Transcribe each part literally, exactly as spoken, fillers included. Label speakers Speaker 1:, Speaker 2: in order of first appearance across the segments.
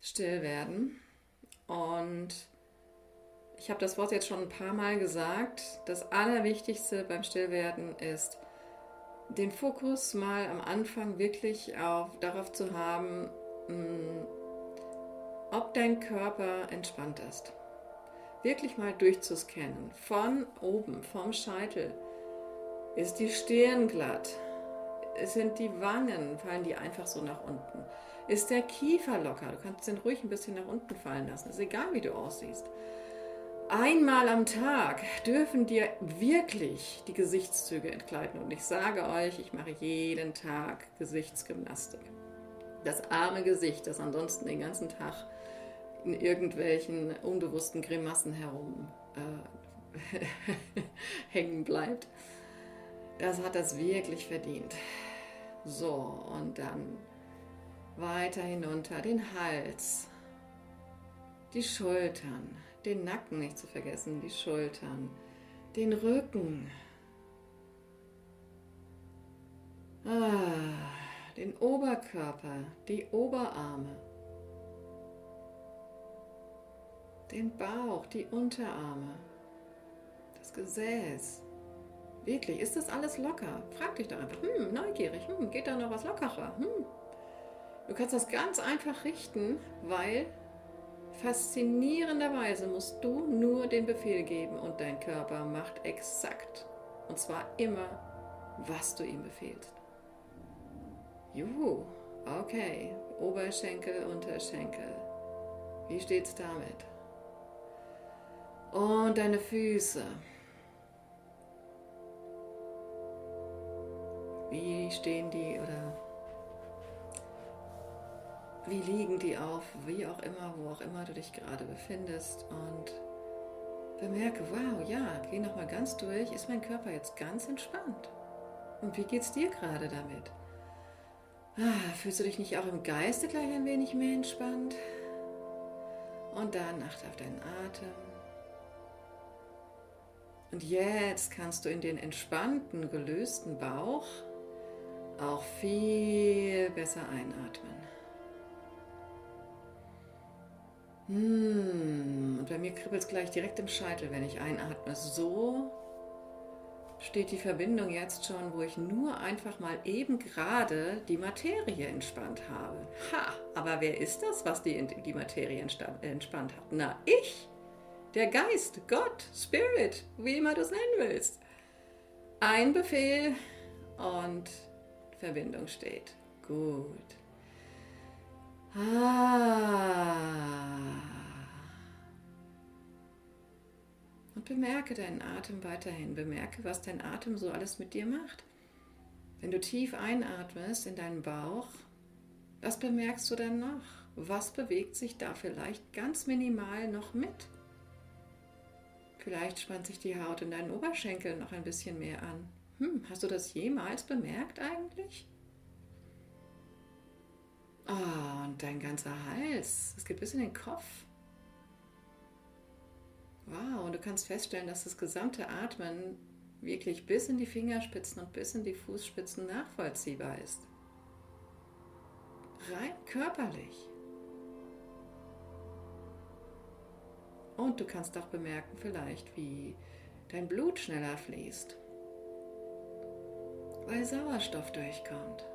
Speaker 1: still werden. Und ich habe das Wort jetzt schon ein paar Mal gesagt. Das Allerwichtigste beim Stillwerden ist, den Fokus mal am Anfang wirklich auf, darauf zu haben, mh, ob dein Körper entspannt ist. Wirklich mal durchzuscannen. Von oben, vom Scheitel. Ist die Stirn glatt? Sind die Wangen, fallen die einfach so nach unten? Ist der Kiefer locker? Du kannst den ruhig ein bisschen nach unten fallen lassen. Ist egal, wie du aussiehst. Einmal am Tag dürfen dir wirklich die Gesichtszüge entgleiten. Und ich sage euch, ich mache jeden Tag Gesichtsgymnastik. Das arme Gesicht, das ansonsten den ganzen Tag in irgendwelchen unbewussten Grimassen herum äh, hängen bleibt, das hat das wirklich verdient. So, und dann weiter hinunter, den Hals, die Schultern, den Nacken nicht zu vergessen, die Schultern, den Rücken, ah, den Oberkörper, die Oberarme, den Bauch, die Unterarme, das Gesäß. Wirklich, ist das alles locker? Frag dich doch einfach, hm, neugierig, hm, geht da noch was lockerer? Hm. Du kannst das ganz einfach richten, weil faszinierenderweise musst du nur den Befehl geben und dein Körper macht exakt, und zwar immer, was du ihm befehlst. Juhu, okay, Oberschenkel, Unterschenkel. Wie steht's damit? Und deine Füße. Wie stehen die oder wie liegen die auf, wie auch immer, wo auch immer du dich gerade befindest, und bemerke, wow, ja, geh nochmal ganz durch, ist mein Körper jetzt ganz entspannt? Und wie geht's dir gerade damit? Ah, fühlst du dich nicht auch im Geiste gleich ein wenig mehr entspannt? Und dann achte auf deinen Atem. Und jetzt kannst du in den entspannten, gelösten Bauch auch viel besser einatmen. Hm, und bei mir kribbelt es gleich direkt im Scheitel, wenn ich einatme. So steht die Verbindung jetzt schon, wo ich nur einfach mal eben gerade die Materie entspannt habe. Ha, aber wer ist das, was die, die Materie entspannt hat? Na, ich, der Geist, Gott, Spirit, wie immer du es nennen willst. Ein Befehl und Verbindung steht. Gut. Ah. Und bemerke deinen Atem weiterhin. Bemerke, was dein Atem so alles mit dir macht. Wenn du tief einatmest in deinen Bauch, was bemerkst du dann noch? Was bewegt sich da vielleicht ganz minimal noch mit? Vielleicht spannt sich die Haut in deinen Oberschenkeln noch ein bisschen mehr an. Hm, hast du das jemals bemerkt eigentlich? Oh, und dein ganzer Hals, es geht bis in den Kopf. Wow, und du kannst feststellen, dass das gesamte Atmen wirklich bis in die Fingerspitzen und bis in die Fußspitzen nachvollziehbar ist. Rein körperlich. Und du kannst auch bemerken vielleicht, wie dein Blut schneller fließt, weil Sauerstoff durchkommt.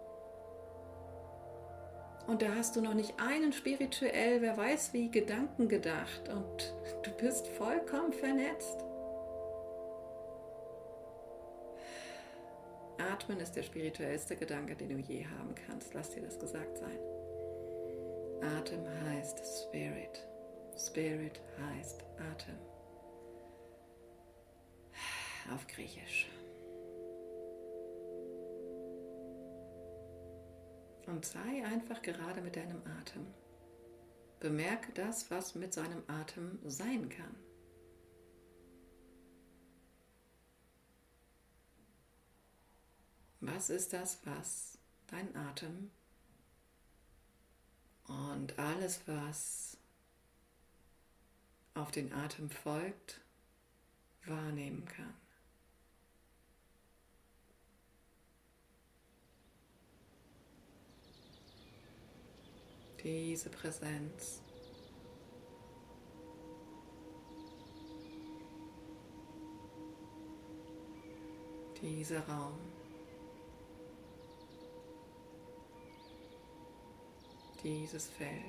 Speaker 1: Und da hast du noch nicht einen spirituell, wer weiß wie, Gedanken gedacht und du bist vollkommen vernetzt. Atmen ist der spirituellste Gedanke, den du je haben kannst. Lass dir das gesagt sein. Atem heißt Spirit. Spirit heißt Atem. Auf Griechisch. Und sei einfach gerade mit deinem Atem. Bemerke das, was mit seinem Atem sein kann. Was ist das, was dein Atem und alles, was auf den Atem folgt, wahrnehmen kann? diese Präsenz. Dieser Raum. Dieses Feld.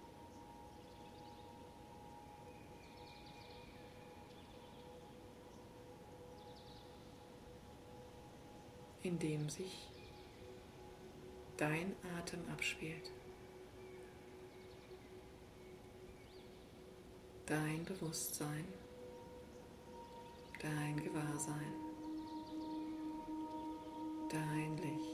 Speaker 1: In dem sich dein Atem abspielt. Dein Bewusstsein, dein Gewahrsein, dein Licht.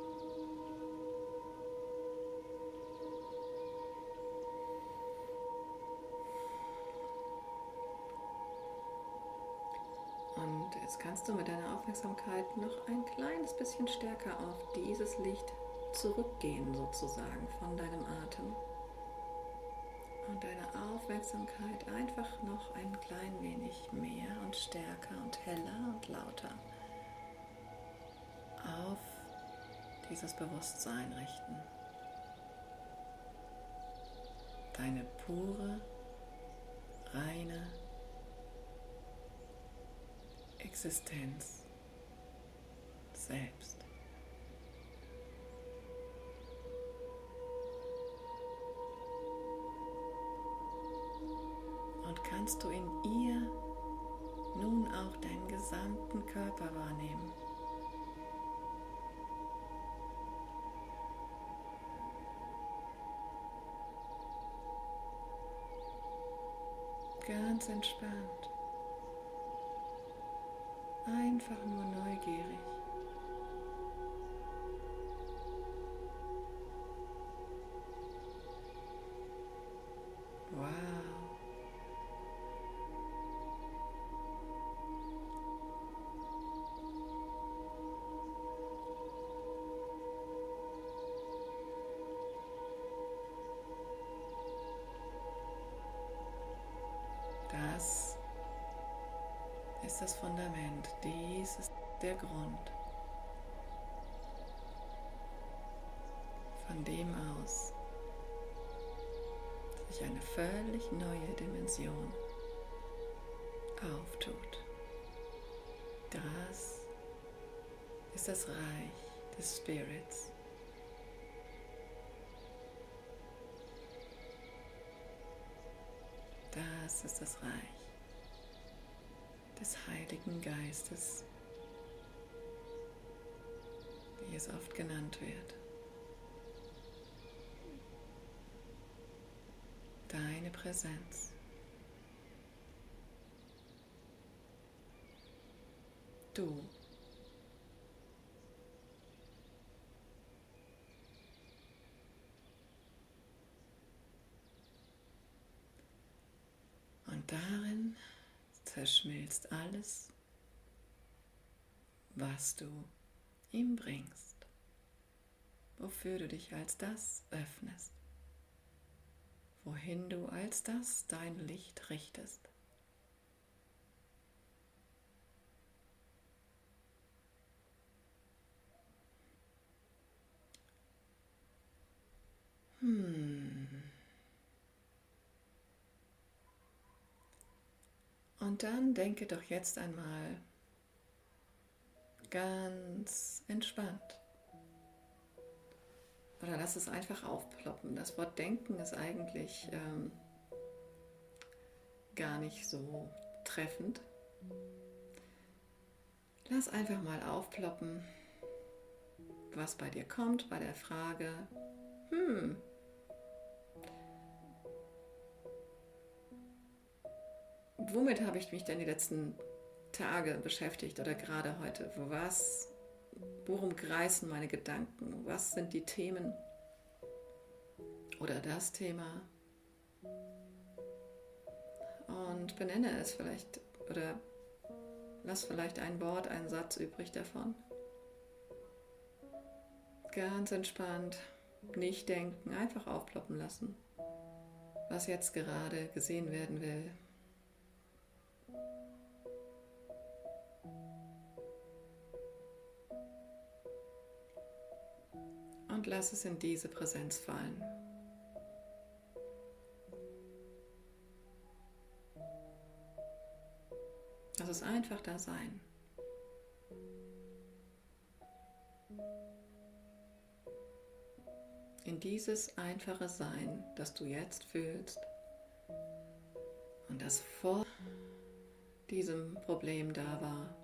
Speaker 1: Und jetzt kannst du mit deiner Aufmerksamkeit noch ein kleines bisschen stärker auf dieses Licht zurückgehen, sozusagen, von deinem Atem. Und deine Aufmerksamkeit einfach noch ein klein wenig mehr und stärker und heller und lauter auf dieses Bewusstsein richten. Deine pure, reine Existenz selbst. Und kannst du in ihr nun auch deinen gesamten Körper wahrnehmen. Ganz entspannt. Einfach nur neugierig. Wow. Das ist das Fundament, dies ist der Grund, von dem aus sich eine völlig neue Dimension auftut. Das ist das Reich des Spirits. Das ist das Reich des Heiligen Geistes, wie es oft genannt wird. Deine Präsenz. Du. Und darin zerschmilzt alles, was du ihm bringst, wofür du dich als das öffnest, wohin du als das dein Licht richtest. Hmm. Und dann denke doch jetzt einmal ganz entspannt. Oder lass es einfach aufploppen. Das Wort denken ist eigentlich ähm, gar nicht so treffend. Lass einfach mal aufploppen, was bei dir kommt bei der Frage, hm, womit habe ich mich denn die letzten Tage beschäftigt oder gerade heute? Was, worum kreisen meine Gedanken? Was sind die Themen oder das Thema? Und benenne es vielleicht oder lass vielleicht ein Wort, einen Satz übrig davon. Ganz entspannt, nicht denken, einfach aufploppen lassen, was jetzt gerade gesehen werden will. Und lass es in diese Präsenz fallen. es einfach da sein. In dieses einfache Sein, das du jetzt fühlst und das vor diesem Problem da war,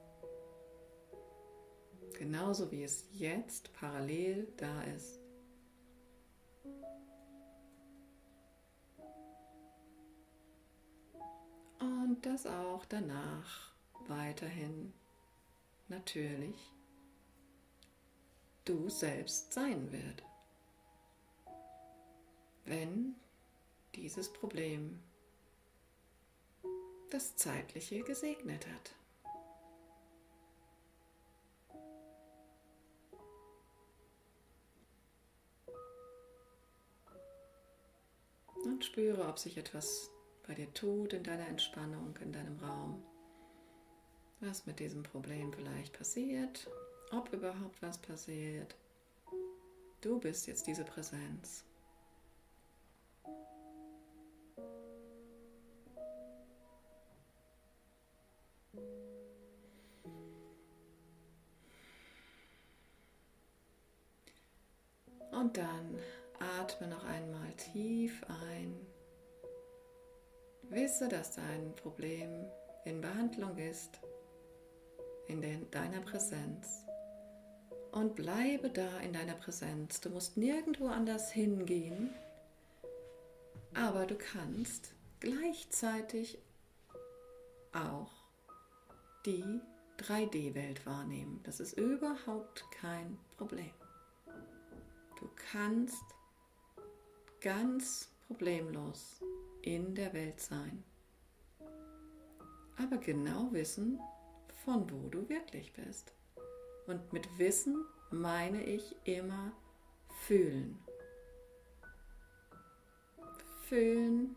Speaker 1: genauso wie es jetzt parallel da ist. Und das auch danach weiterhin natürlich du selbst sein wird, wenn dieses Problem das Zeitliche gesegnet hat. Und spüre, ob sich etwas bei dir tut in deiner Entspannung, in deinem Raum, was mit diesem Problem vielleicht passiert, ob überhaupt was passiert. Du bist jetzt diese Präsenz. Und dann atme noch einmal tief ein. Wisse, dass dein Problem in Behandlung ist, in den, deiner Präsenz. Und bleibe da in deiner Präsenz. Du musst nirgendwo anders hingehen, aber du kannst gleichzeitig auch die drei D-Welt wahrnehmen. Das ist überhaupt kein Problem. Du kannst ganz problemlos in der Welt sein, aber genau wissen, von wo du wirklich bist. Und mit Wissen meine ich immer fühlen. Fühlen,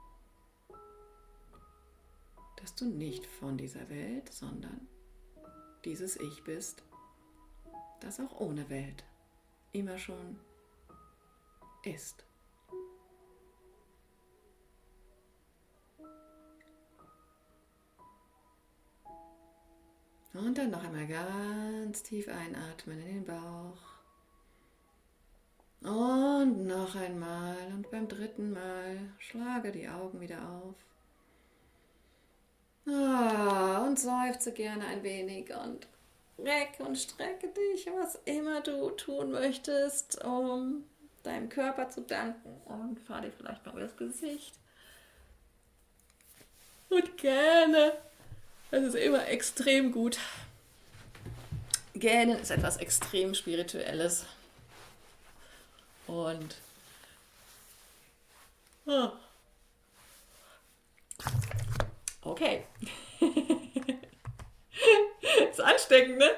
Speaker 1: dass du nicht von dieser Welt, sondern dieses Ich bist, das auch ohne Welt immer schon ist. Und dann noch einmal ganz tief einatmen in den Bauch. Und noch einmal. Und beim dritten Mal schlage die Augen wieder auf. Ah, und seufze gerne ein wenig und recke und strecke dich, was immer du tun möchtest, um deinem Körper zu danken. Und fahr dir vielleicht mal übers Gesicht. Und gerne. Das ist immer extrem gut. Gähnen ist etwas extrem Spirituelles. Und oh. Okay. Ist ansteckend, ne?